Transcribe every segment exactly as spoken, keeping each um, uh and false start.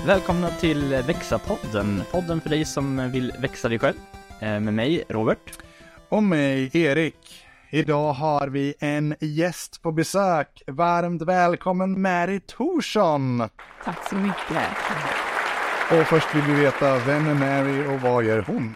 Välkomna till Växa-podden. Podden för dig som vill växa dig själv. Med mig, Robert. Och mig, Erik. Idag har vi en gäst på besök. Varmt välkommen Mary Thorsson. Tack så mycket. Och först vill vi veta, vem är Mary och vad gör hon?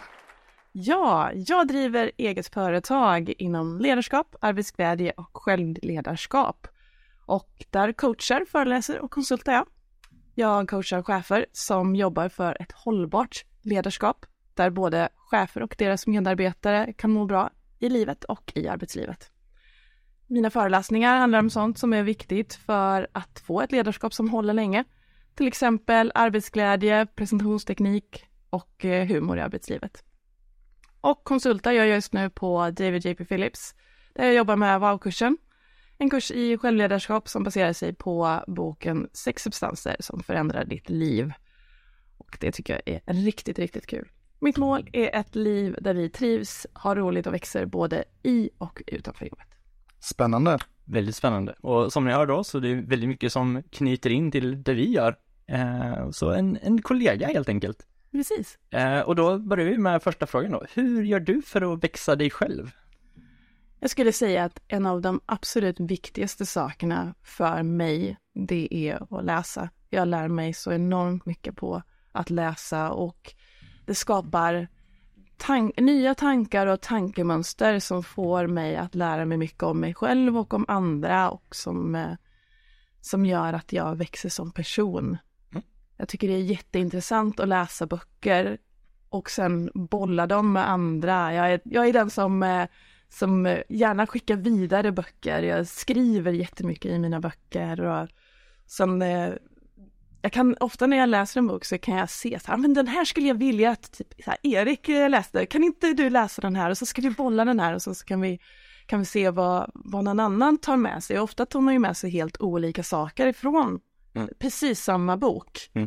Ja, jag driver eget företag inom ledarskap, arbetsglädje och självledarskap. Och där coachar, föreläser och konsultar jag. Jag coachar chefer som jobbar för ett hållbart ledarskap där både chefer och deras medarbetare kan må bra i livet och i arbetslivet. Mina föreläsningar handlar om sånt som är viktigt för att få ett ledarskap som håller länge. Till exempel arbetsglädje, presentationsteknik och humor i arbetslivet. Och konsultar jag just nu på David J P Phillips där jag jobbar med Wow-kursen. En kurs i självledarskap som baserar sig på boken Sex substanser som förändrar ditt liv. Och det tycker jag är riktigt, riktigt kul. Mitt mål är ett liv där vi trivs, har roligt och växer både i och utanför jobbet. Spännande. Väldigt spännande. Och som ni hör då så det är väldigt mycket som knyter in till det vi gör. Eh, så en, en kollega helt enkelt. Precis. Eh, och då börjar vi med första frågan då. Hur gör du för att växa dig själv? Jag skulle säga att en av de absolut viktigaste sakerna för mig, det är att läsa. Jag lär mig så enormt mycket på att läsa och det skapar tank- nya tankar och tankemönster som får mig att lära mig mycket om mig själv och om andra och som, eh, som gör att jag växer som person. Mm. Jag tycker det är jätteintressant att läsa böcker och sen bolla dem med andra. Jag är, jag är den som... Eh, som gärna skickar vidare böcker. Jag skriver jättemycket i mina böcker. Och sen, eh, jag kan, ofta när jag läser en bok så kan jag se så här, men den här skulle jag vilja att typ, så här, Erik läste. Kan inte du läsa den här? Och så ska vi bolla den här och så, så kan, vi, kan vi se vad, vad någon annan tar med sig. Och ofta tar man ju med sig helt olika saker ifrån mm. precis samma bok. Mm.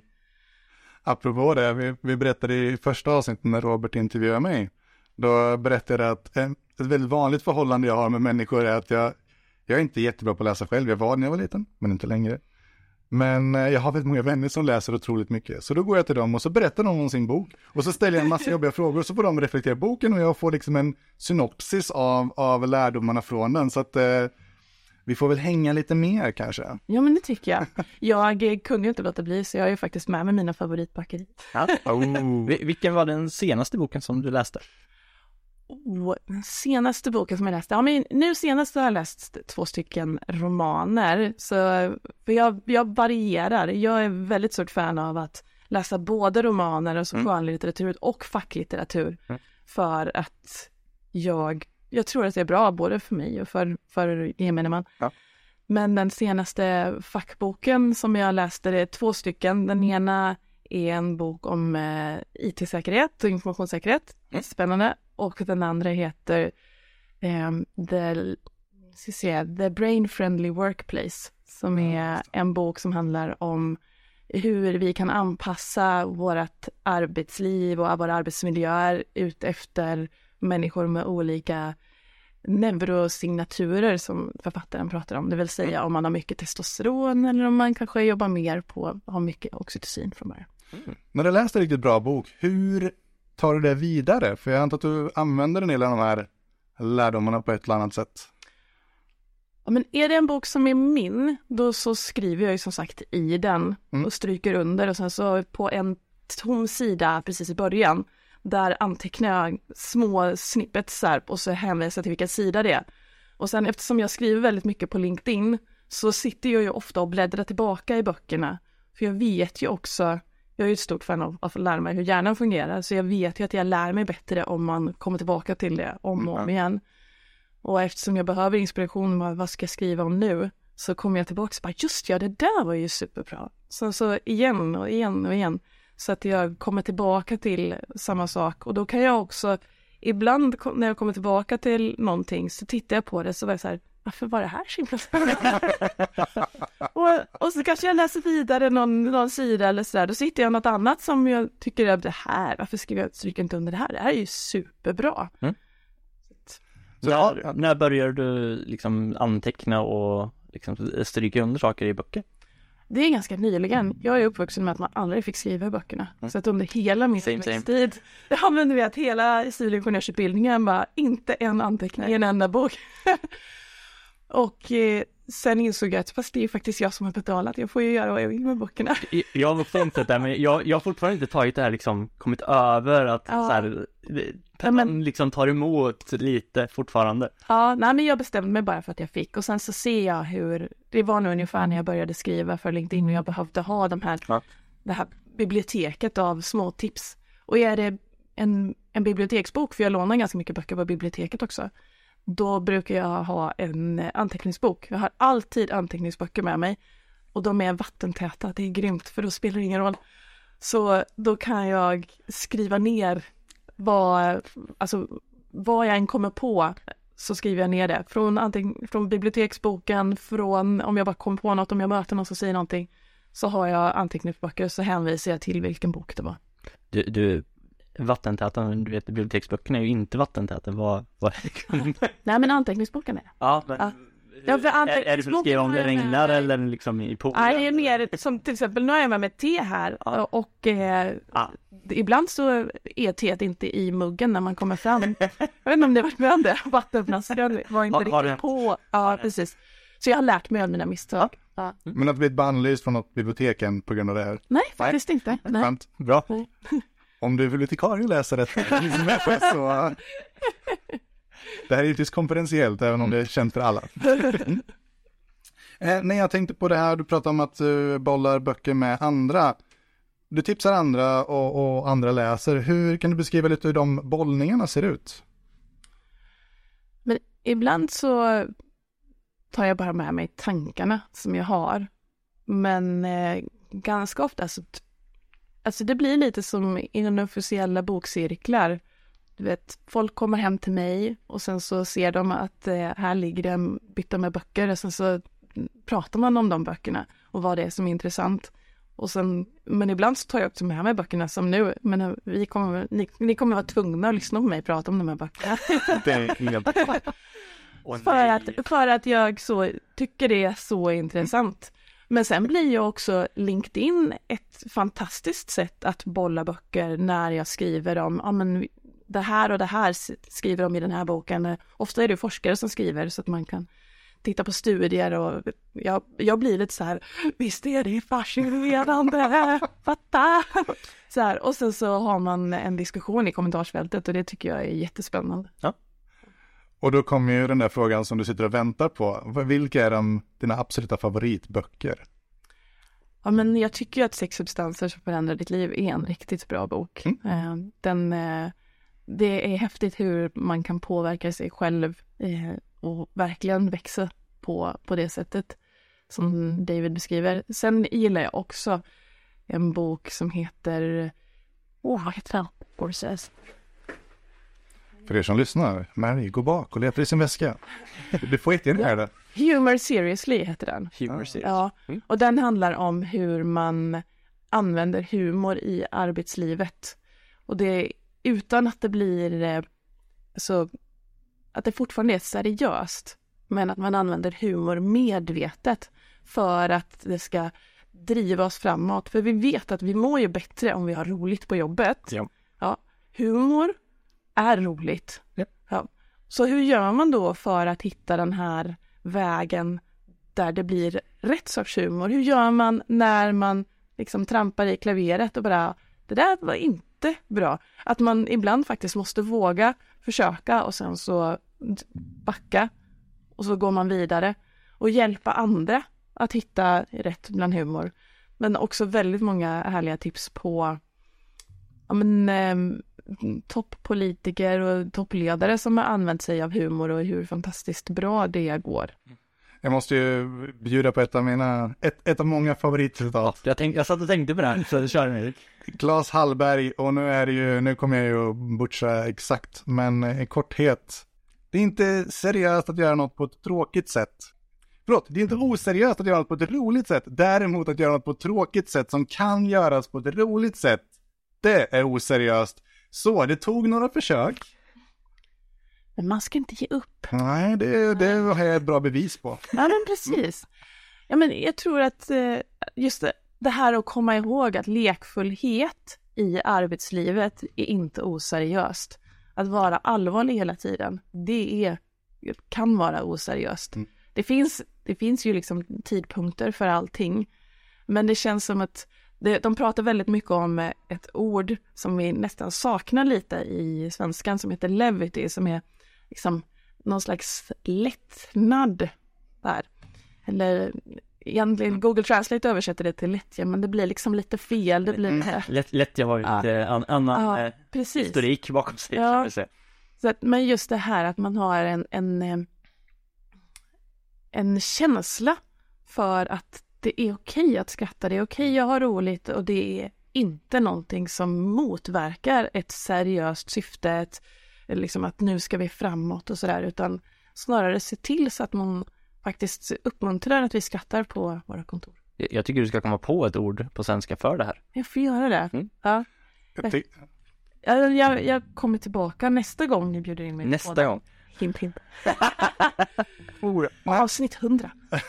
Apropå det, vi, vi berättade i första avsnittet när Robert intervjuade mig. Då berättade jag att en, ett väldigt vanligt förhållande jag har med människor är att jag, jag är inte jättebra på att läsa själv. Jag var när jag var liten, men inte längre. Men jag har väldigt många vänner som läser otroligt mycket. Så då går jag till dem och så berättar de om sin bok. Och så ställer jag en massa jobbiga frågor och så får de reflektera boken och jag får liksom en synopsis av, av lärdomarna från den. Så att eh, vi får väl hänga lite mer kanske. Ja, men det tycker jag. Jag kunde ju inte låta bli så jag är ju faktiskt med med mina favoritböcker. Ja. Oh. Vilken var den senaste boken som du läste? Oh, den senaste boken som jag läste, ja men nu senast har jag läst två stycken romaner, så för jag, jag varierar, jag är väldigt stort fan av att läsa både romaner och så mm. skönlitteratur och facklitteratur mm. för att jag, jag tror att det är bra både för mig och för, för gemene man. Ja. Men den senaste fackboken som jag läste, det är två stycken, den ena är en bok om eh, I T-säkerhet och informationssäkerhet, mm. spännande. Och den andra heter um, the, ska säga, the Brain Friendly Workplace som är en bok som handlar om hur vi kan anpassa vårt arbetsliv och våra arbetsmiljöer ut efter människor med olika neurosignaturer som författaren pratar om. Det vill säga om man har mycket testosteron eller om man kanske jobbar mer på att ha mycket oxytocin från början. Mm. När du läste en riktigt bra bok, hur tar du det vidare? För jag antar att du använder en del av de här lärdomarna på ett eller annat sätt. Ja, men är det en bok som är min, då så skriver jag ju som sagt i den mm. och stryker under. Och sen så på en tom sida precis i början, där antecknar jag små snippets och så hänvisar jag till vilken sida det är. Och sen eftersom jag skriver väldigt mycket på LinkedIn så sitter jag ju ofta och bläddrar tillbaka i böckerna. För jag vet ju också... Jag är ju ett stort fan av att lära mig hur hjärnan fungerar. Så jag vet ju att jag lär mig bättre om man kommer tillbaka till det om och om igen. Och eftersom jag behöver inspiration med vad ska jag skriva om nu, så kommer jag tillbaka och bara, just ja, det där var ju superbra. Så, så igen och igen och igen. Så att jag kommer tillbaka till samma sak. Och då kan jag också, ibland när jag kommer tillbaka till någonting så tittar jag på det så var jag så här, varför var det här så himla och, och så kanske jag läser vidare någon, någon sida eller sådär. Då sitter jag något annat som jag tycker är det här. Varför skriver jag stryka inte under det här? Det här är ju superbra. Mm. Så, ja, när börjar du liksom anteckna och liksom stryka under saker i böcker? Det är ganska nyligen. Jag är uppvuxen med att man aldrig fick skriva i böckerna. Mm. Så att under hela min uppväxttid, ja men du vet, hela civilingenjörsutbildningen bara inte en anteckning i en enda bok. Och eh, sen insåg jag att fast det är faktiskt jag som har betalat. Jag får ju göra vad jag vill med böckerna. Jag har fått det där, men jag, jag har fortfarande inte tagit det här liksom, kommit över att ja. så här, ja, men, liksom tar emot lite fortfarande. Ja, nej men jag bestämde mig bara för att jag fick. Och sen så ser jag hur, det var nog ungefär när jag började skriva för LinkedIn och jag behövde ha de här, ja. det här biblioteket av små tips. Och är det en, en biblioteksbok, för jag lånar ganska mycket böcker på biblioteket också. Då brukar jag ha en anteckningsbok. Jag har alltid anteckningsböcker med mig. Och de är vattentäta. Det är grymt, för då spelar det ingen roll. Så då kan jag skriva ner vad, alltså, vad jag än kommer på. Så skriver jag ner det. Från, anteck- från biblioteksboken, från om jag bara kommer på något, om jag möter någon som säger någonting. Så har jag anteckningsböcker, så hänvisar jag till vilken bok det var. Du... du... vattentäta, du vet, biblioteksböckerna är ju inte vattentäta. Vad, vad Nej, men anteckningsboken är det. Ja, men ja. Ja, för är, är det för att skriva om det regnar eller liksom i poolen? Nej, det är mer som till exempel, nu har jag med mig te här ja. och eh, ja. ibland så är teet inte i muggen när man kommer fram. Jag vet inte om det varit med om det. Vattenflaskan var inte ha, riktigt på. Ja, precis. Så jag har lärt mig av mina misstag. Ja. Ja. Men att bli bannlyst från något biblioteken på grund av det här? Nej, faktiskt Nej. inte. Nej. Bra. Nej. Om du vill bibliotekarie läsa det så... Det här är ju konferentiellt, även om det är känt för alla. eh, när jag tänkte på det här, du pratade om att du bollar böcker med andra. Du tipsar andra och, och andra läser. Hur kan du beskriva lite hur de bollningarna ser ut? Men ibland så tar jag bara med mig tankarna som jag har. Men eh, ganska ofta så... Alltså det blir lite som inom officiella bokcirklar. Du vet, folk kommer hem till mig och sen så ser de att eh, här ligger det en bytta med böcker. Och sen så pratar man om de böckerna och vad det är som är intressant. Och sen, men ibland så tar jag också med mig böckerna som nu. Men vi kommer, ni, ni kommer vara tvungna att lyssna på mig och prata om de här böckerna. Det är inga oh, för, att, för att jag så, tycker det är så intressant. Men sen blir ju också LinkedIn ett fantastiskt sätt att bolla böcker när jag skriver om, ja men det här och det här skriver de i den här boken. Ofta är det forskare som skriver så att man kan titta på studier och jag, jag blir lite så här, visst är det fascinerande, fatta! Så här, och sen så har man en diskussion i kommentarsfältet och det tycker jag är jättespännande. Ja. Och då kommer ju den där frågan som du sitter och väntar på. Vilka är de, dina absoluta favoritböcker? Ja, men jag tycker ju att Sex substanser som förändrar ditt liv är en riktigt bra bok. Mm. Den, det är häftigt hur man kan påverka sig själv och verkligen växa på, på det sättet som David beskriver. Sen gillar jag också en bok som heter... Åh, oh, vad heter den? Courses. För er som lyssnar, Mary, gå bak och letar i sin väska. Du får inte in här det. Humor Seriously heter den. Humor Seriously. Ja, och den handlar om hur man använder humor i arbetslivet. Och det utan att det blir så att det fortfarande är seriöst, men att man använder humor medvetet för att det ska driva oss framåt. För vi vet att vi mår ju bättre om vi har roligt på jobbet. Ja. Ja, humor är roligt. Ja. Ja. Så hur gör man då för att hitta den här vägen där det blir rätt sorts humor? Hur gör man när man liksom trampar i klaveret och bara, det där var inte bra. Att man ibland faktiskt måste våga försöka och sen så backa och så går man vidare och hjälpa andra att hitta rätt bland humor. Men också väldigt många härliga tips på ja, men, eh, topppolitiker och toppledare som har använt sig av humor och hur fantastiskt bra det går. Jag måste ju bjuda på ett av mina, ett, ett av många favoritcitat. Jag, tänk, jag satt och tänkte på det här, så kör ni. Claes Hallberg, och nu är det ju, nu kommer jag ju att butcha exakt, men i korthet. Det är inte seriöst att göra något på ett tråkigt sätt. Förlåt, det är inte oseriöst att göra något på ett roligt sätt. Däremot att göra något på ett tråkigt sätt som kan göras på ett roligt sätt, det är oseriöst. Så, det tog några försök. Men man ska inte ge upp. Nej, det, det har jag ett bra bevis på. Ja, men precis. Ja, men jag tror att just det, det här att komma ihåg att lekfullhet i arbetslivet är inte oseriöst. Att vara allvarlig hela tiden, det är, kan vara oseriöst. Mm. Det finns, det finns ju liksom tidpunkter för allting. Men det känns som att det, de pratar väldigt mycket om ett ord som vi nästan saknar lite i svenskan som heter levity, som är liksom någon slags lättnad där. Eller egentligen Google Translate översätter det till lättja, men det blir liksom lite fel. Det blir mm. Lätt, lättja har ju ja. lite an, annan ja, eh, historik bakom sig. Ja. Så att, men just det här att man har en, en, en känsla för att det är okej att skratta, det är okej att ha roligt och det är inte någonting som motverkar ett seriöst syfte, ett, liksom att nu ska vi framåt och sådär, utan snarare se till så att man faktiskt uppmuntrar att vi skrattar på våra kontor. Jag tycker du ska komma på ett ord på svenska för det här. Jag får göra det. Mm. Ja. Jag, ty- jag, jag, jag kommer tillbaka nästa gång ni bjuder in mig. Nästa gång. Hint, hint. Avsnitt hundra.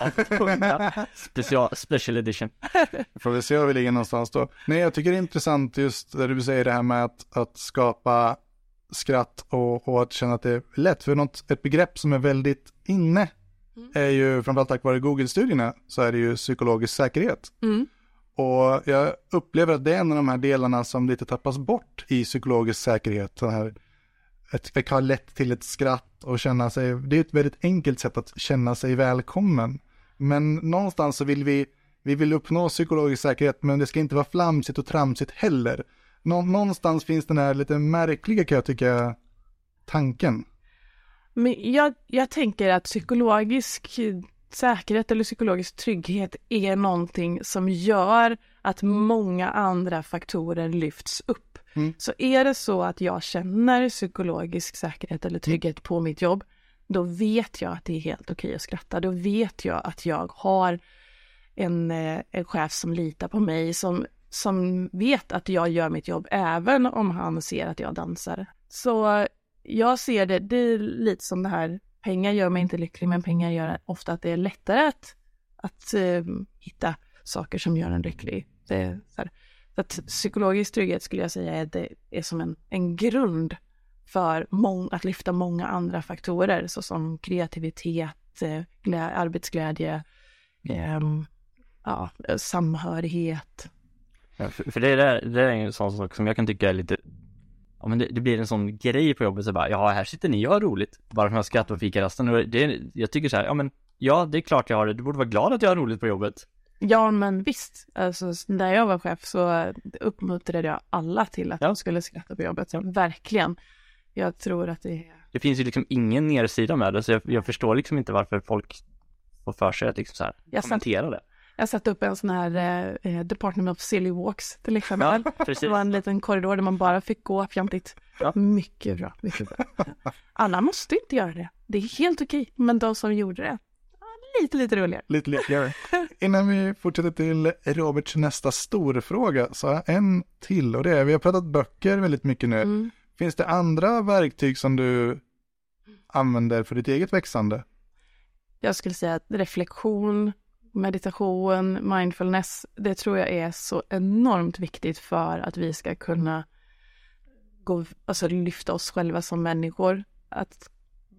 Special, special edition. Får vi se var vi ligger någonstans då. Nej, jag tycker det är intressant just det du säger det här med att, att skapa skratt och, och att känna att det är lätt. För något, ett begrepp som är väldigt inne mm. är ju, framförallt tack vare Google-studierna, så är det ju psykologisk säkerhet. Mm. Och jag upplever att det är en av de här delarna som lite tappas bort i psykologisk säkerhet. Den här, ett, ett har lätt till ett skratt och känna sig, det är ett väldigt enkelt sätt att känna sig välkommen. Men någonstans så vill vi, vi vill uppnå psykologisk säkerhet, men det ska inte vara flamsigt och tramsigt heller. Nå, någonstans finns den här lite märkliga, kan jag tycka, tanken. Men jag, jag tänker att psykologisk säkerhet eller psykologisk trygghet är någonting som gör att många andra faktorer lyfts upp. Mm. Så är det så att jag känner psykologisk säkerhet eller trygghet på mitt jobb, då vet jag att det är helt okej att skratta. Då vet jag att jag har en, en chef som litar på mig, som, som vet att jag gör mitt jobb även om han ser att jag dansar. Så jag ser det, det är lite som det här, pengar gör mig inte lycklig, men pengar gör ofta att det är lättare att, att uh, hitta saker som gör en lycklig. Det är så här. Så att psykologisk trygghet skulle jag säga är, det är som en, en grund för mång, att lyfta många andra faktorer, såsom kreativitet, glä, arbetsglädje, eh, ja, samhörighet. Ja, för, för det, där, det är en sån sak som jag kan tycka är lite, ja, men det, det blir en sån grej på jobbet, så bara, ja, här sitter ni och har roligt, bara för att skratta på fikarasten. Och det, jag tycker så här, ja men, ja, det är klart jag har det, du borde vara glad att jag har roligt på jobbet. Ja, men visst. Alltså, när jag var chef så uppmuntrade jag alla till att ja. de skulle skratta på jobbet. Så, verkligen. Jag tror att det är... Det finns ju liksom ingen nedsida med det, så jag, jag förstår liksom inte varför folk får för sig att liksom så här jag kommentera satt, det. Jag satte upp en sån här eh, Department of Silly Walks till exempel. Ja, precis. Det var en liten korridor där man bara fick gå fjantigt. Ja. Mycket bra, mycket bra. Alla måste inte göra det. Det är helt okej, men de som gjorde det, lite, lite roligare. Lite roligare. Innan vi fortsätter till Roberts nästa stora fråga, så har jag en till, och det är, vi har pratat böcker väldigt mycket nu. Mm. Finns det andra verktyg som du använder för ditt eget växande? Jag skulle säga att reflektion, meditation, mindfulness, det tror jag är så enormt viktigt för att vi ska kunna gå, alltså lyfta oss själva som människor. Att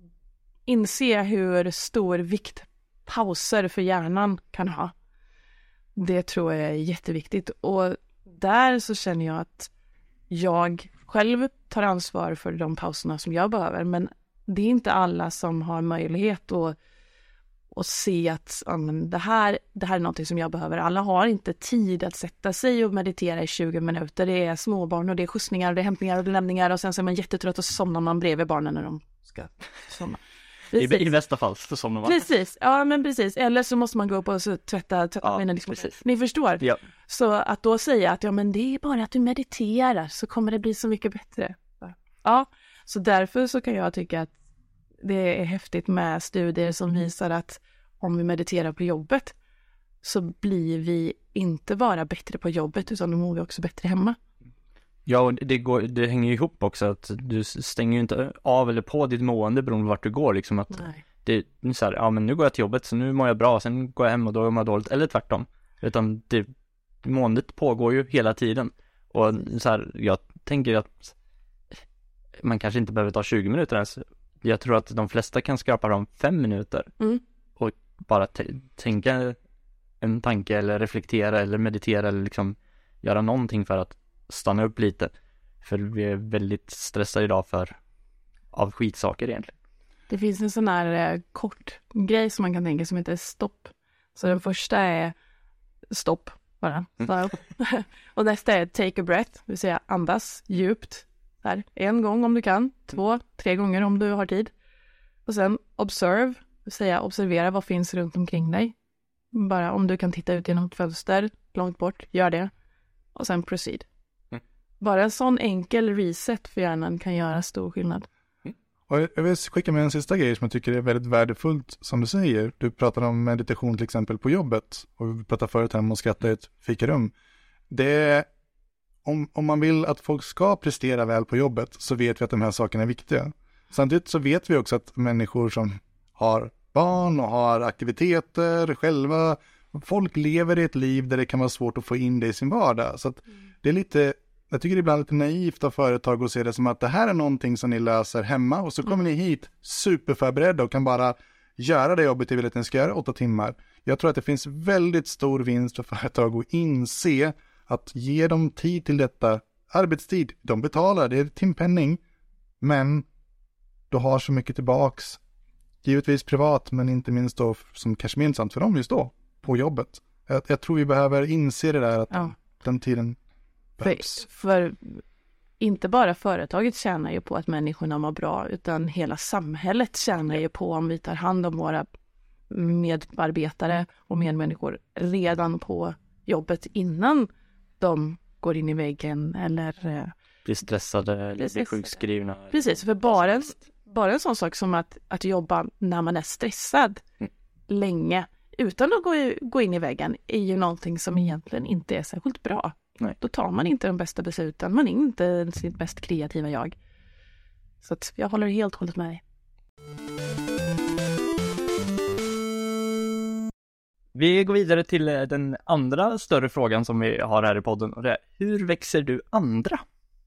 inse hur stor vikt pauser för hjärnan kan ha. Det tror jag är jätteviktigt. Och där så känner jag att jag själv tar ansvar för de pauserna som jag behöver. Men det är inte alla som har möjlighet att, att se att ja, men det, här, det här är något som jag behöver. Alla har inte tid att sätta sig och meditera i tjugo minuter. Det är småbarn och det är skjutsningar och det är hämtningar och det är lämningar. Och sen så är man jättetrött och så somnar man bredvid barnen när de ska somna. I, I bästa fall så somnar man. Precis, ja men precis. Eller så måste man gå upp och så tvätta, tvätta ja, mina diskussioner. Ni förstår? Ja. Så att då säga att ja men det är bara att du mediterar så kommer det bli så mycket bättre. Ja, så därför så kan jag tycka att det är häftigt med studier som visar att om vi mediterar på jobbet så blir vi inte bara bättre på jobbet utan då mår vi också bättre hemma. Ja, och det, går, det hänger ju ihop också att du stänger ju inte av eller på ditt mående beroende på vart du går. Liksom att det är så här, ja men nu går jag till jobbet så nu mår jag bra, sen går jag hem och då mår jag dåligt, eller tvärtom. Utan det, måendet pågår ju hela tiden. Och så här, jag tänker att man kanske inte behöver ta tjugo minuter ens. Jag tror att de flesta kan skapa dem fem minuter. Mm. Och bara t- tänka en tanke eller reflektera eller meditera eller liksom göra någonting för att stanna upp lite. För vi är väldigt stressade idag för av skitsaker egentligen. Det finns en sån här eh, kort grej som man kan tänka som heter stopp. Så den första är stopp bara. Mm. Och nästa är take a breath, det vill säga andas djupt. Där. En gång om du kan, två, tre gånger om du har tid. Och sen observe, det vill säga observera vad finns runt omkring dig. Bara om du kan titta ut genom ett fönster långt bort, gör det. Och sen proceed. Mm. Bara en sån enkel reset för hjärnan kan göra stor skillnad. Och jag vill skicka med en sista grej som jag tycker är väldigt värdefullt som du säger. Du pratar om meditation till exempel på jobbet. Och vi pratade förut här om att skratta i ett fikarum. Det är, om, om man vill att folk ska prestera väl på jobbet så vet vi att de här sakerna är viktiga. Samtidigt så vet vi också att människor som har barn och har aktiviteter själva, folk lever i ett liv där det kan vara svårt att få in det i sin vardag. Så att det är lite... Jag tycker det är ibland lite naivt av företag att se det som att det här är någonting som ni löser hemma och så kommer ni hit superförberedda och kan bara göra det jobbet i vilket ni ska göra åtta timmar. Jag tror att det finns väldigt stor vinst för företag att inse att ge dem tid till detta, arbetstid, de betalar, det är timpenning, men du har så mycket tillbaks, givetvis privat men inte minst då som kanske minsamt för dem just då, på jobbet. Jag, jag tror vi behöver inse det där att ja. den tiden För, för inte bara företaget tjänar ju på att människorna mår bra utan hela samhället tjänar ju på om vi tar hand om våra medarbetare och medmänniskor redan på jobbet innan de går in i väggen eller blir stressade eller blir sjukskrivna. Precis, för bara en, bara en sån sak som att, att jobba när man är stressad mm. länge utan att gå, gå in i väggen är ju någonting som egentligen inte är särskilt bra. Nej. Då tar man inte de bästa besluten. Man är inte sitt mest kreativa jag. Så att jag håller helt och hållet med dig. Vi går vidare till den andra större frågan som vi har här i podden. Och det är, hur växer du andra?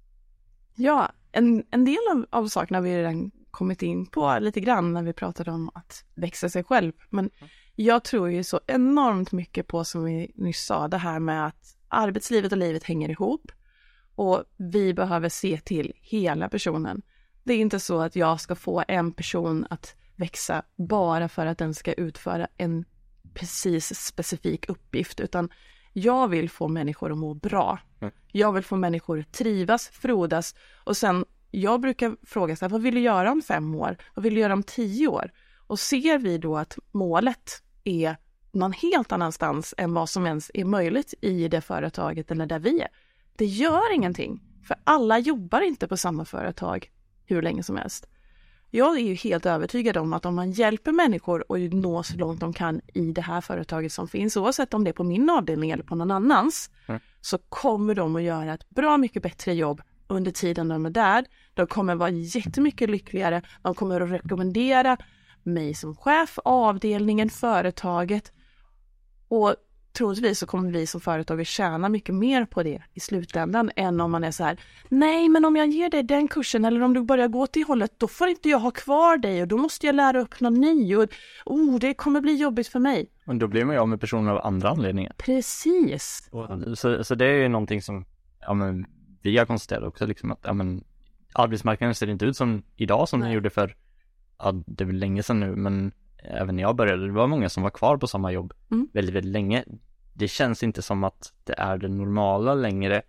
Ja, en, en del av, av sakerna har vi redan kommit in på lite grann när vi pratade om att växa sig själv. Men jag tror ju så enormt mycket på, som vi nyss sa, det här med att arbetslivet och livet hänger ihop och vi behöver se till hela personen. Det är inte så att jag ska få en person att växa bara för att den ska utföra en precis specifik uppgift, utan jag vill få människor att må bra. Mm. Jag vill få människor att trivas, frodas och sen, jag brukar fråga så här, vad vill du göra om fem år? Vad vill du göra om tio år? Och ser vi då att målet är någon helt annanstans än vad som ens är möjligt i det företaget eller där vi är. Det gör ingenting, för alla jobbar inte på samma företag hur länge som helst. Jag är ju helt övertygad om att om man hjälper människor och nå så långt de kan i det här företaget som finns, oavsett om det är på min avdelning eller på någon annans, mm. så kommer de att göra ett bra mycket bättre jobb under tiden de är där. De kommer vara jättemycket lyckligare. De kommer att rekommendera mig som chef, avdelningen, företaget. Och troligtvis så kommer vi som företag att tjäna mycket mer på det i slutändan än om man är så här, nej men om jag ger dig den kursen eller om du börjar gå till hållet, då får inte jag ha kvar dig och då måste jag lära upp någon ny och oh, det kommer bli jobbigt för mig. Och då blir man ju av med personer av andra anledningar. Precis. Och, så, så det är ju någonting som ja, men, vi har konstaterat också liksom att ja, men, arbetsmarknaden ser inte ut som idag som nej. Den gjorde för, ja, det är väl länge sedan nu, men även när jag började, det var många som var kvar på samma jobb mm. väldigt, väldigt länge. Det känns inte som att det är det normala längre.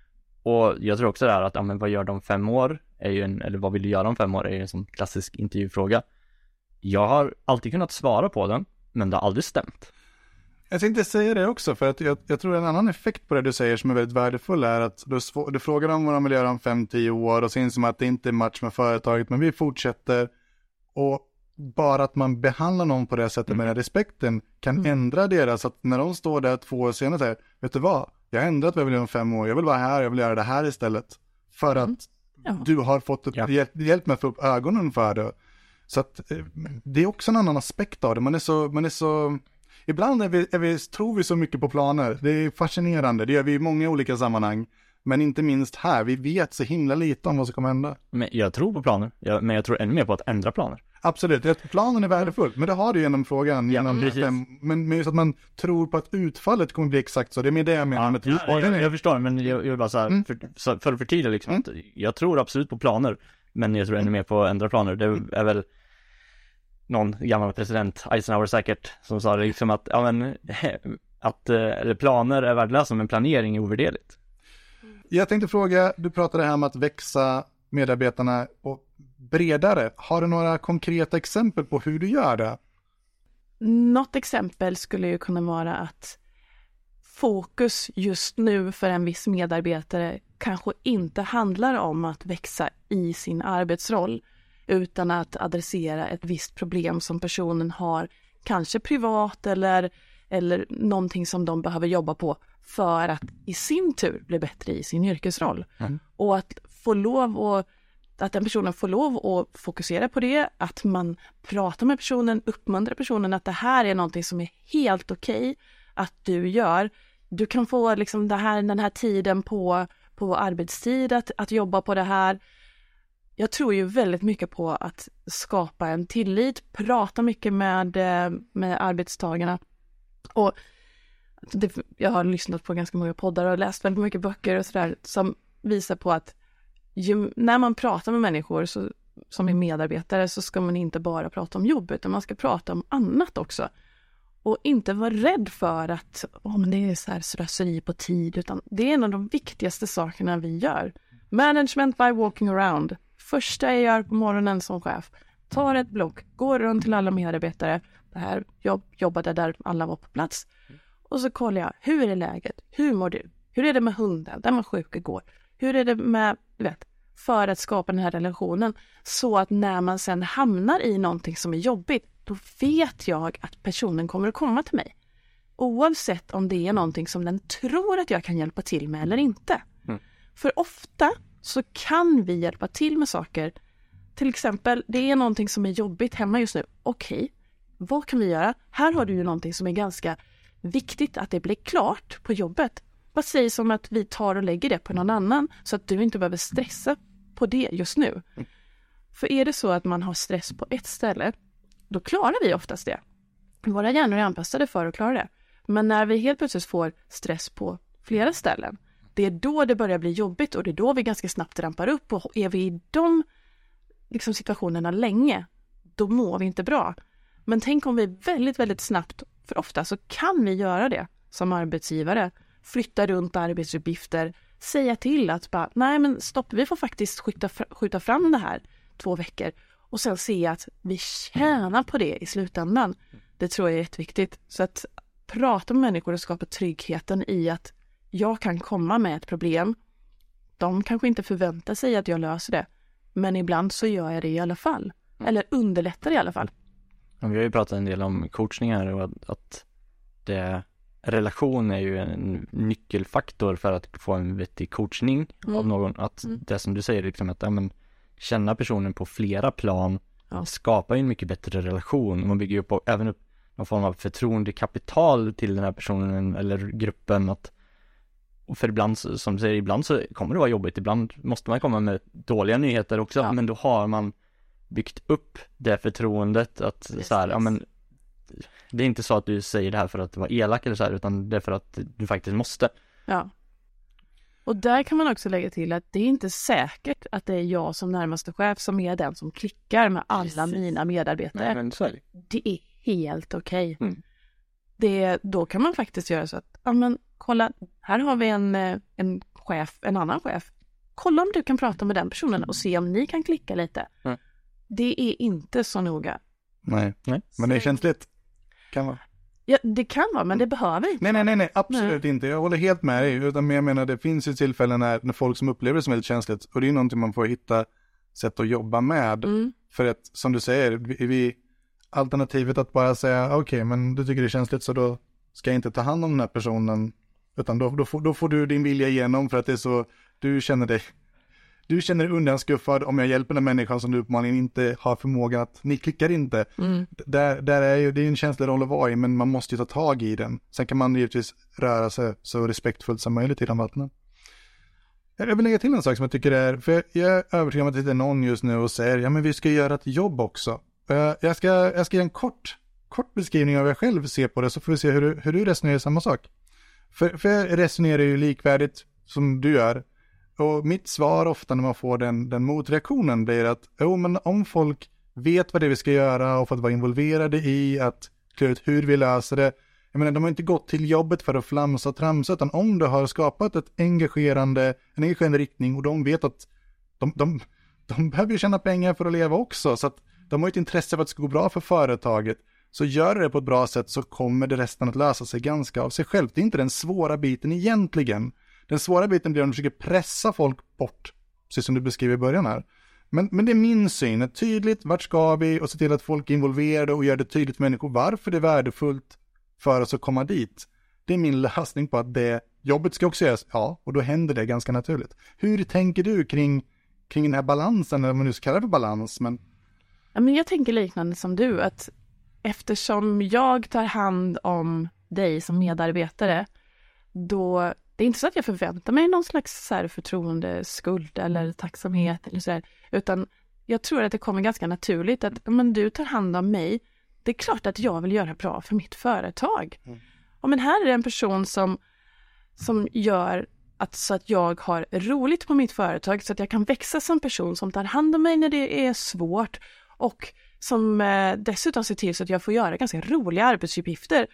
Och jag tror också det här att, ja, men vad gör de fem år? Är ju en, eller vad vill du göra om fem år? Är ju en sån klassisk intervjufråga. Jag har alltid kunnat svara på den, men det har aldrig stämt. Jag tänkte säga det också, för att jag, jag tror en annan effekt på det du säger som är väldigt värdefull är att du, du frågar dem vad de vill göra om fem till tio år och sen som att det inte är match med företaget, men vi fortsätter. Och bara att man behandlar någon på det sättet mm. med den respekten kan mm. ändra deras, att när de står där två år senare säger, vet du vad, jag har ändrat vad jag vill göra om fem år, jag vill vara här, jag vill göra det här istället. För mm. att ja. du har fått ett, ja. hjälp, hjälp med att få upp ögonen för det. Så att eh, det är också en annan aspekt av det. Man är så, man är så ibland är vi, är vi, tror vi så mycket på planer. Det är fascinerande, det gör vi i många olika sammanhang. Men inte minst här, vi vet så himla lite om vad som kommer hända. Men jag tror på planer, jag, men jag tror ännu mer på att ändra planer. Absolut, planen är värdefull, men det har du genom frågan. Ja, genom precis. Men, men just att man tror på att utfallet kommer bli exakt så, det är med det jag menar. Ja, ja, jag, jag förstår, men jag, jag vill bara så här, mm. för, så, för att förtydliga liksom, mm. att jag tror absolut på planer, men jag tror ännu mer på att ändra planer. Det är väl någon gammal president, Eisenhower säkert, som sa det liksom att, ja, men, att eller planer är värdelösa, men planering är ovärderligt. Jag tänkte fråga, du pratade här om att växa medarbetarna och bredare. Har du några konkreta exempel på hur du gör det? Något exempel skulle ju kunna vara att fokus just nu för en viss medarbetare kanske inte handlar om att växa i sin arbetsroll, utan att adressera ett visst problem som personen har, kanske privat eller, eller någonting som de behöver jobba på för att i sin tur bli bättre i sin yrkesroll. Mm. Och att få lov och att den personen får lov att fokusera på det, att man pratar med personen, uppmuntrar personen att det här är någonting som är helt okej att du gör. Du kan få liksom det här, den här tiden på, på arbetstid att, att jobba på det här. Jag tror ju väldigt mycket på att skapa en tillit, prata mycket med, med arbetstagarna. Och det, jag har lyssnat på ganska många poddar och läst väldigt mycket böcker och sådär som visar på att ju, när man pratar med människor så, som är medarbetare, så ska man inte bara prata om jobb, utan man ska prata om annat också. Och inte vara rädd för att oh, men det är så här slöseri på tid, utan det är en av de viktigaste sakerna vi gör. Management by walking around. Första jag gör på morgonen som chef, tar ett block, går runt till alla medarbetare. Det här jobb, jobbade där alla var på plats. Och så kollar jag, hur är läget? Hur mår du? Hur är det med hunden? Den var sjuk igår. Hur är det med, du vet, för att skapa den här relationen, så att när man sen hamnar i någonting som är jobbigt, då vet jag att personen kommer att komma till mig. Oavsett om det är någonting som den tror att jag kan hjälpa till med eller inte. Mm. För ofta så kan vi hjälpa till med saker. Till exempel, det är någonting som är jobbigt hemma just nu. Okej, vad kan vi göra? Här har du ju någonting som är ganska viktigt att det blir klart på jobbet. Vad sägs om att vi tar och lägger det på någon annan, så att du inte behöver stressa på det just nu. Mm. För är det så att man har stress på ett ställe, då klarar vi oftast det. Våra hjärnor är anpassade för att klara det. Men när vi helt plötsligt får stress på flera ställen, det är då det börjar bli jobbigt, och det är då vi ganska snabbt rampar upp, och är vi i de liksom, situationerna länge, då mår vi inte bra. Men tänk om vi väldigt, väldigt snabbt, för ofta så kan vi göra det som arbetsgivare, flytta runt arbetsuppgifter, säga till att bara, nej men stopp, vi får faktiskt skjuta, skjuta fram det här två veckor, och sen se att vi tjänar på det i slutändan. Det tror jag är jätteviktigt. Så att prata med människor och skapa tryggheten i att jag kan komma med ett problem. De kanske inte förväntar sig att jag löser det, men ibland så gör jag det i alla fall. Eller underlättar i alla fall. Vi har ju pratat en del om coachningar, och att, att det, relation är ju en nyckelfaktor för att få en vettig coachning mm. av någon. Att mm. det som du säger, liksom att ja, men, känna personen på flera plan ja. skapar ju en mycket bättre relation. Man bygger ju på, även upp någon form av förtroendekapital till den här personen eller gruppen. Att, och för ibland, som du säger, ibland så kommer det vara jobbigt. Ibland måste man komma med dåliga nyheter också. Ja. Men då har man byggt upp det förtroendet att yes, så här, yes. ja men det är inte så att du säger det här för att vara elak eller så här, utan det är för att du faktiskt måste. Ja. Och där kan man också lägga till att det är inte säkert att det är jag som närmaste chef som är den som klickar med alla Precis. mina medarbetare. Nej, men så är det. Det är helt okej. Okay. Mm. Det, då kan man faktiskt göra så att, ja men kolla, här har vi en, en chef, en annan chef. Kolla om du kan prata med den personen och se om ni kan klicka lite. Mm. Det är inte så noga. Nej, nej. Men det är känsligt. Kan vara. Ja, det kan vara, men det behöver inte. Nej, nej, nej, nej. absolut nej. inte. Jag håller helt med dig. Utan jag menar, det finns ju tillfällen när, när folk som upplever det som väldigt känsligt. Och det är någonting man får hitta sätt att jobba med. Mm. För att, som du säger, vi, vi alternativet att bara säga, okej, okay, men du tycker det är känsligt, så då ska jag inte ta hand om den här personen. Utan då, då, får, då får du din vilja igenom för att det är så, du känner dig du känner dig undanskuffad om jag hjälper den människan som du uppenbarligen inte har förmågan att, ni klickar inte. Mm. Där, där är ju, det är en känslig roll att vara i, men man måste ju ta tag i den. Sen kan man givetvis röra sig så respektfullt som möjligt i de vattnen. Jag vill lägga till en sak som jag tycker är, för jag är övertygad om att det är någon just nu och säger, ja men vi ska göra ett jobb också. Jag ska, jag ska ge en kort, kort beskrivning av hur jag själv ser på det, så får vi se hur du, hur du resonerar i samma sak. För, för jag resonerar ju likvärdigt som du gör. Och mitt svar ofta när man får den, den motreaktionen blir att jo, men om folk vet vad det är vi ska göra och för att vara involverade i att klura ut hur vi löser det. Jag menar, de har inte gått till jobbet för att flamsa och tramsa, utan om du har skapat ett engagerande, en engagerande riktning och de vet att de, de, de behöver ju tjäna pengar för att leva också, så att de har ett intresse för att det ska gå bra för företaget. Så gör det på ett bra sätt så kommer det resten att lösa sig ganska av sig själv. Det är inte den svåra biten egentligen. Den svåra biten blir om du försöker pressa folk bort, precis som du beskriver i början här. Men, men det är min syn, ett tydligt vart ska vi och se till att folk är involverade och gör det tydligt för människor varför det är värdefullt för oss att komma dit. Det är min lösning på att det jobbet ska också göras, ja, och då händer det ganska naturligt. Hur tänker du kring, kring den här balansen, eller vad man nu ska kalla det för balans? Men... Ja, men jag tänker liknande som du, att eftersom jag tar hand om dig som medarbetare, då det är inte så att jag förväntar mig någon slags så här förtroendeskuld eller tacksamhet eller så här, utan jag tror att det kommer ganska naturligt att men du tar hand om mig. Det är klart att jag vill göra bra för mitt företag. Mm. Och men här är det en person som, som gör att, så att jag har roligt på mitt företag, så att jag kan växa som person som tar hand om mig när det är svårt och som eh, dessutom ser till så att jag får göra ganska roliga arbetsuppgifter.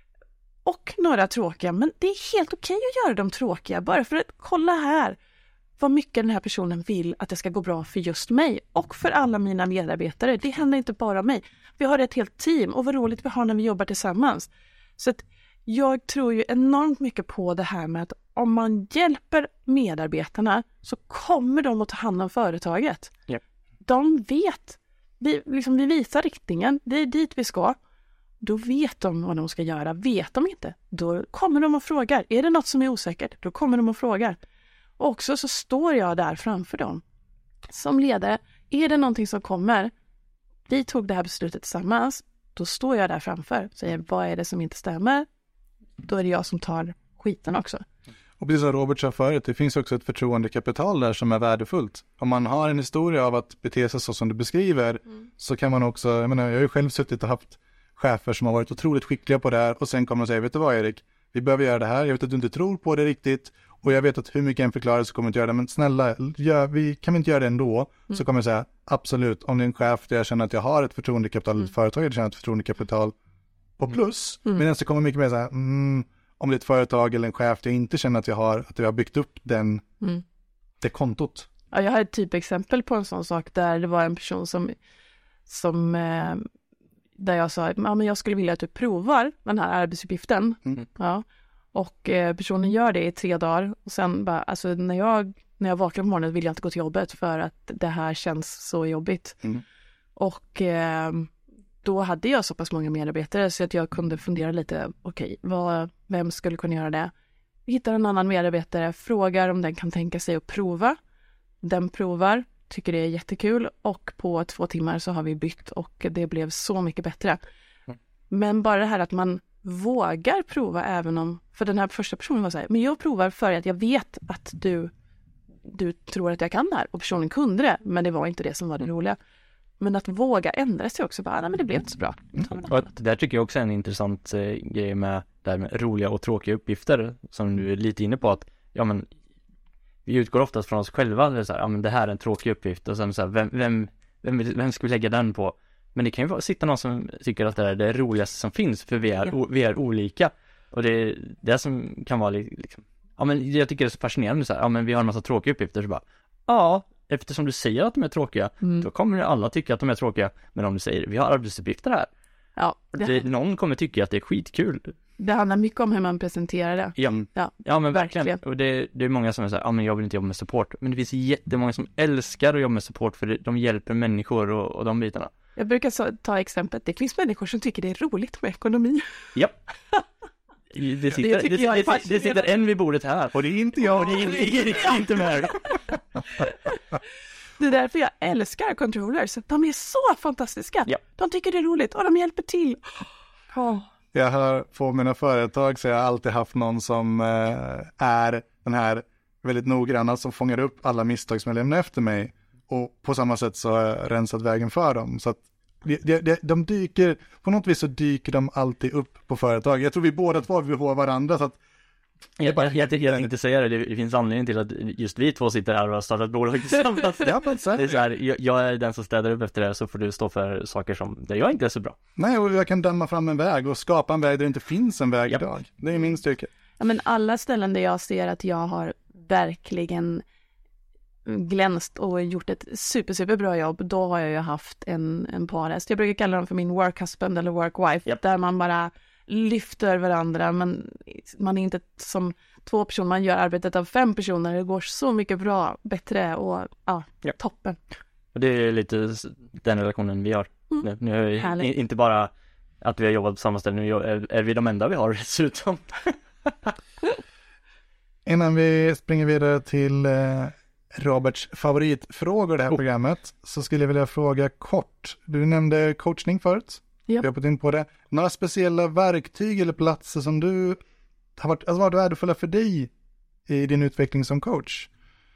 Och några tråkiga, men det är helt okej att göra dem tråkiga. Bara för att kolla här vad mycket den här personen vill att det ska gå bra för just mig. Och för alla mina medarbetare. Det händer inte bara mig. Vi har ett helt team och vad roligt vi har när vi jobbar tillsammans. Så att jag tror ju enormt mycket på det här med att om man hjälper medarbetarna så kommer de att ta hand om företaget. Yep. De vet. Vi, liksom, vi visar riktningen. Det är dit vi ska. Då vet de vad de ska göra. Vet de inte, då kommer de och frågar. Är det något som är osäkert, då kommer de och frågar. Och också så står jag där framför dem. Som ledare, är det någonting som kommer, vi tog det här beslutet tillsammans, då står jag där framför och säger, vad är det som inte stämmer? Då är det jag som tar skiten också. Och precis som Robert sa förut, det finns också ett förtroendekapital där som är värdefullt. Om man har en historia av att bete sig så som du beskriver, mm. så kan man också, jag menar, jag har ju själv suttit och haft chefer som har varit otroligt skickliga på det här och sen kommer de och säger, vet du vad Erik, vi behöver göra det här, jag vet att du inte tror på det riktigt och jag vet att hur mycket en förklarar så kommer du inte göra det, men snälla, gör, vi, kan vi inte göra det ändå? Mm. Så kommer jag säga, absolut, om det är en chef där jag känner att jag har ett förtroendekapital, mm. ett företag där jag känner ett förtroendekapital på plus, mm. men så kommer mycket mer så här, mm, om det är ett företag eller en chef där jag inte känner att jag har, att jag har byggt upp den, mm. det kontot. Ja, jag har ett typexempel på en sån sak där det var en person som, som eh, där jag sa, ja, men jag skulle vilja att du provar den här arbetsuppgiften. Mm. Ja. Och eh, personen gör det i tre dagar. Och sen bara, alltså när jag, när jag vaknar på morgonen vill jag inte gå till jobbet för att det här känns så jobbigt. Mm. Och eh, då hade jag så pass många medarbetare så att jag kunde fundera lite, okej, okay, vem skulle kunna göra det? Vi hittar en annan medarbetare, frågar om den kan tänka sig att prova. Den provar. Tycker det är jättekul och på två timmar så har vi bytt och det blev så mycket bättre. Mm. Men bara det här att man vågar prova även om, för den här första personen var så här, men jag provar för att jag vet att du du tror att jag kan det här och personen kunde det, men det var inte det som var det roliga. Men att våga ändra sig också, bara, nej men det blev inte så bra. Mm. Och det där tycker jag också är en intressant eh, grej med, där med roliga och tråkiga uppgifter som du är lite inne på att, ja men vi utgår oftast från oss själva, det är så här, ja men det här är en tråkig uppgift och sen så här, vem, vem, vem, vem ska vi lägga den på? Men det kan ju vara, sitta någon som tycker att det är det roligaste som finns, för vi är, ja. o, vi är olika. Och det är det som kan vara liksom, ja men jag tycker det är så fascinerande så här, ja men vi har en massa tråkiga uppgifter så bara, ja, eftersom du säger att de är tråkiga, mm. då kommer alla tycka att de är tråkiga, men om du säger, vi har arbetsuppgifter här. Ja. Det... Det, någon kommer tycka att det är skitkul. Det handlar mycket om hur man presenterar det. Ja, ja, ja men verkligen. verkligen. Och det, det är många som säger, ja men jag vill inte jobba med support. Men det finns jättemånga som älskar att jobba med support för de hjälper människor och, och de bitarna. Jag brukar så, ta exemplet, det finns människor som tycker det är roligt med ekonomi. Ja. Det sitter, det, det, det, det sitter en vid bordet här. Och det är inte jag. Och det är, det är inte med. Det är därför jag älskar controllers. De är så fantastiska. Ja. De tycker det är roligt och de hjälper till. Oh. Jag har på mina företag så jag har alltid haft någon som eh, är den här väldigt noggranna som fångar upp alla misstag som jag lämnar efter mig. Och på samma sätt så har jag rensat vägen för dem. Så att de, de, de dyker, på något vis så dyker de alltid upp på företag. Jag tror vi båda två vill ha varandra så att Jag, jag, jag, jag tänkte säga det, det finns anledning till att just vi två sitter här och har startat bolag tillsammans. Ja, men så. Det är så här, jag, jag är den som städar upp efter det, så får du stå för saker som där jag inte är så bra. Nej, och jag kan dämma fram en väg och skapa en väg där det inte finns en väg Ja. idag. Det är min styrka. Ja, men alla ställen där jag ser att jag har verkligen glänst och gjort ett super, super bra jobb, då har jag ju haft en, en parhäst. Jag brukar kalla dem för min work husband eller work wife, Yep. där man bara lyfter varandra, men man är inte som två personer, man gör arbetet av fem personer, det går så mycket bra, bättre och ja, Yep. toppen. Och det är lite den relationen vi har. Mm. Nu, nu är vi Härligt. inte bara att vi har jobbat på samma ställe, nu är, är vi de enda vi har dessutom. Innan vi springer vidare till eh, Roberts favoritfrågor i det här Oh. programmet så skulle jag vilja fråga kort. Du nämnde coachning förut. Ja. Vi har fått in på det. Några speciella verktyg eller platser som du har varit, alltså vad är värdefulla för dig i din utveckling som coach?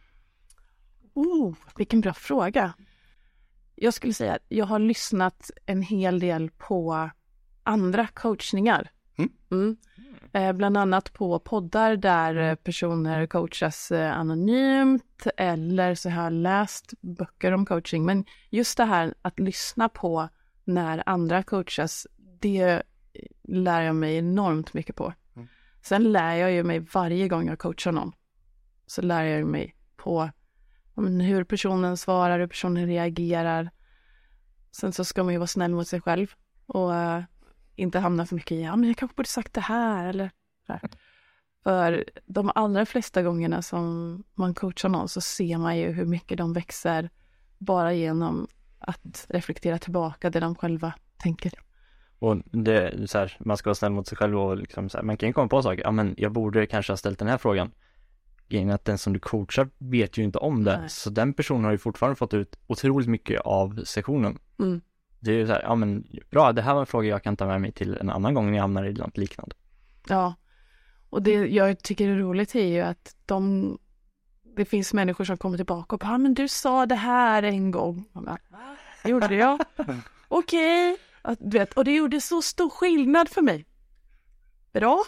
Oh, vilken bra fråga. Jag skulle säga att jag har lyssnat en hel del på andra coachningar. Mm. Mm. Eh, bland annat på poddar där eh, personer coachas eh, anonymt, eller så har jag läst böcker om coaching. Men just det här att lyssna på när andra coachas, det lär jag mig enormt mycket på. Mm. Sen lär jag ju mig varje gång jag coachar någon. Så lär jag mig på ja, men hur personen svarar, hur personen reagerar. Sen så ska man ju vara snäll mot sig själv och uh, inte hamna för mycket i, ja men jag kanske borde sagt det här eller så här. För de allra flesta gångerna som man coachar någon så ser man ju hur mycket de växer bara genom att reflektera tillbaka det de själva tänker. Och det är så här, man ska vara snäll mot sig själv och liksom så här, man kan ju komma på saker, ja men jag borde kanske ha ställt den här frågan. Grejen är att den som du coachar vet ju inte om det. Nej. Så den personen har ju fortfarande fått ut otroligt mycket av sessionen. Mm. Det är ju så här, ja men bra, det här var en fråga jag kan ta med mig till en annan gång när jag hamnar i något liknande. Ja, och det jag tycker är roligt är ju att de, det finns människor som kommer tillbaka och bara, ah, men du sa det här en gång. Och bara, det gjorde jag. Okej. Att, du vet, och det gjorde så stor skillnad för mig. Bra.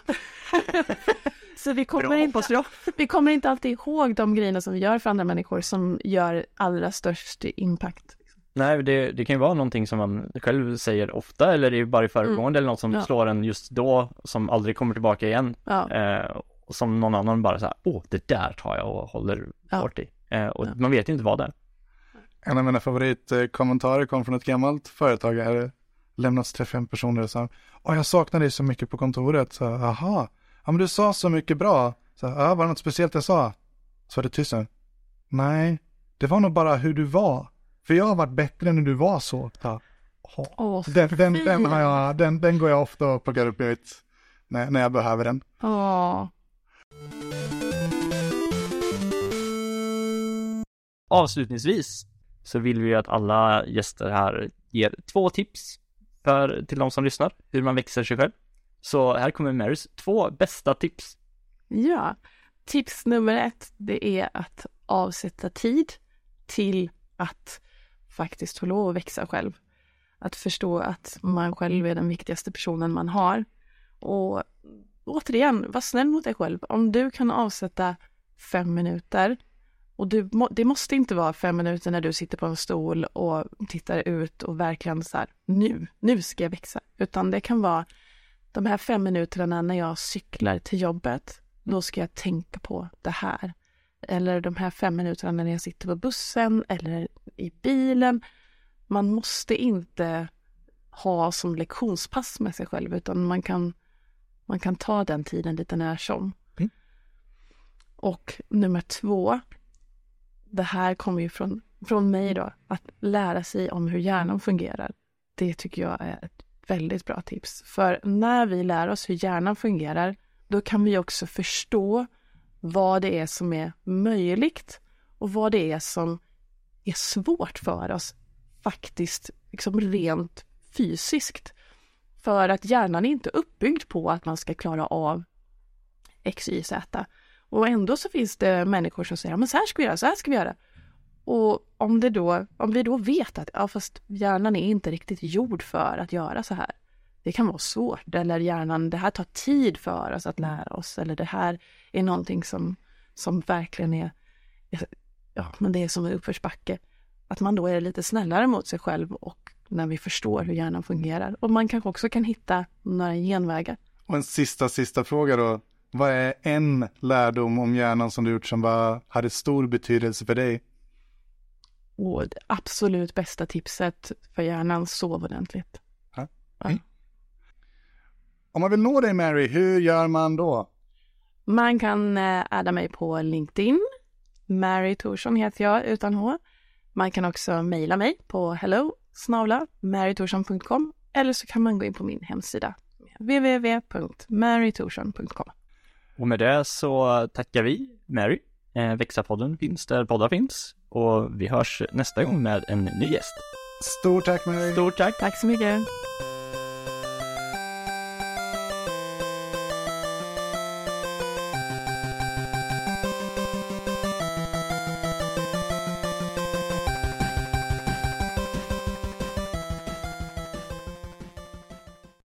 Så vi kommer, Bra, inte, vi kommer inte alltid ihåg de grejerna som vi gör för andra människor som gör allra störst impact. Nej, det, det kan ju vara någonting som man själv säger ofta, eller det är bara i föregående, mm. eller något som Ja. slår en just då, som aldrig kommer tillbaka igen. Ja. Eh, och som någon annan bara så här, åh, det där tar jag och håller Ja. hårt i. Eh, och Ja. man vet ju inte vad det är. En av mina favoritkommentarer kom från ett gammalt företag. Jag hade lämnats till fem personer och sa, åh jag saknar dig så mycket på kontoret. Så, aha, ja men du sa så mycket bra. Så, ja, var det något speciellt jag sa? Så var det tyst. Nej, det var nog bara hur du var. För jag har varit bättre när du var så. Ja. Åh, Den, den, den, har jag, den, den går jag ofta och plockar upp i mitt, när, när jag behöver den. åh. Avslutningsvis så vill vi att alla gäster här ger två tips för, till de som lyssnar, hur man växer sig själv. Så här kommer Marys två bästa tips. Ja, tips nummer ett, det är att avsätta tid till att faktiskt få lov att växa själv. Att förstå att man själv är den viktigaste personen man har. Och återigen, var snäll mot dig själv. Om du kan avsätta fem minuter, och du, det måste inte vara fem minuter när du sitter på en stol och tittar ut och verkligen så här, nu, nu ska jag växa. Utan det kan vara de här fem minuterna när jag cyklar till jobbet, då ska jag tänka på det här. Eller de här fem minuterna när jag sitter på bussen eller i bilen. Man måste inte ha som lektionspass med sig själv, utan man kan, man kan ta den tiden lite när som. Mm. Och nummer två, det här kommer ju från, från mig då, att lära sig om hur hjärnan fungerar. Det tycker jag är ett väldigt bra tips. För när vi lär oss hur hjärnan fungerar, då kan vi också förstå vad det är som är möjligt och vad det är som är svårt för oss faktiskt liksom rent fysiskt. För att hjärnan är inte uppbyggd på att man ska klara av X, Y, Z. Och ändå så finns det människor som säger, men så här ska vi göra, så här ska vi göra. Och om, det då, om vi då vet att ja, fast hjärnan är inte riktigt gjord för att göra så här. Det kan vara svårt, eller hjärnan, det här tar tid för oss att lära oss, eller det här är någonting som, som verkligen är, ja, men det är som en uppförsbacke. Att man då är lite snällare mot sig själv och när vi förstår hur hjärnan fungerar. Och man kanske också kan hitta några genvägar. Och en sista, sista fråga då. Vad är en lärdom om hjärnan som du gjort som var, hade stor betydelse för dig? Och det absolut bästa tipset för hjärnan, sov ordentligt. Ja. Ja. Om man vill nå dig, Mary, hur gör man då? Man kan adda mig på LinkedIn. Mary Thorsson heter jag utan H. Man kan också mejla mig på hello snabel-a mary thorsson punkt com eller så kan man gå in på min hemsida w w w punkt mary thorsson punkt com. Och med det så tackar vi Mary. Eh, Växa-podden finns där poddar finns. Och vi hörs nästa gång med en ny gäst. Stort tack, Mary. Stort tack. Tack så mycket.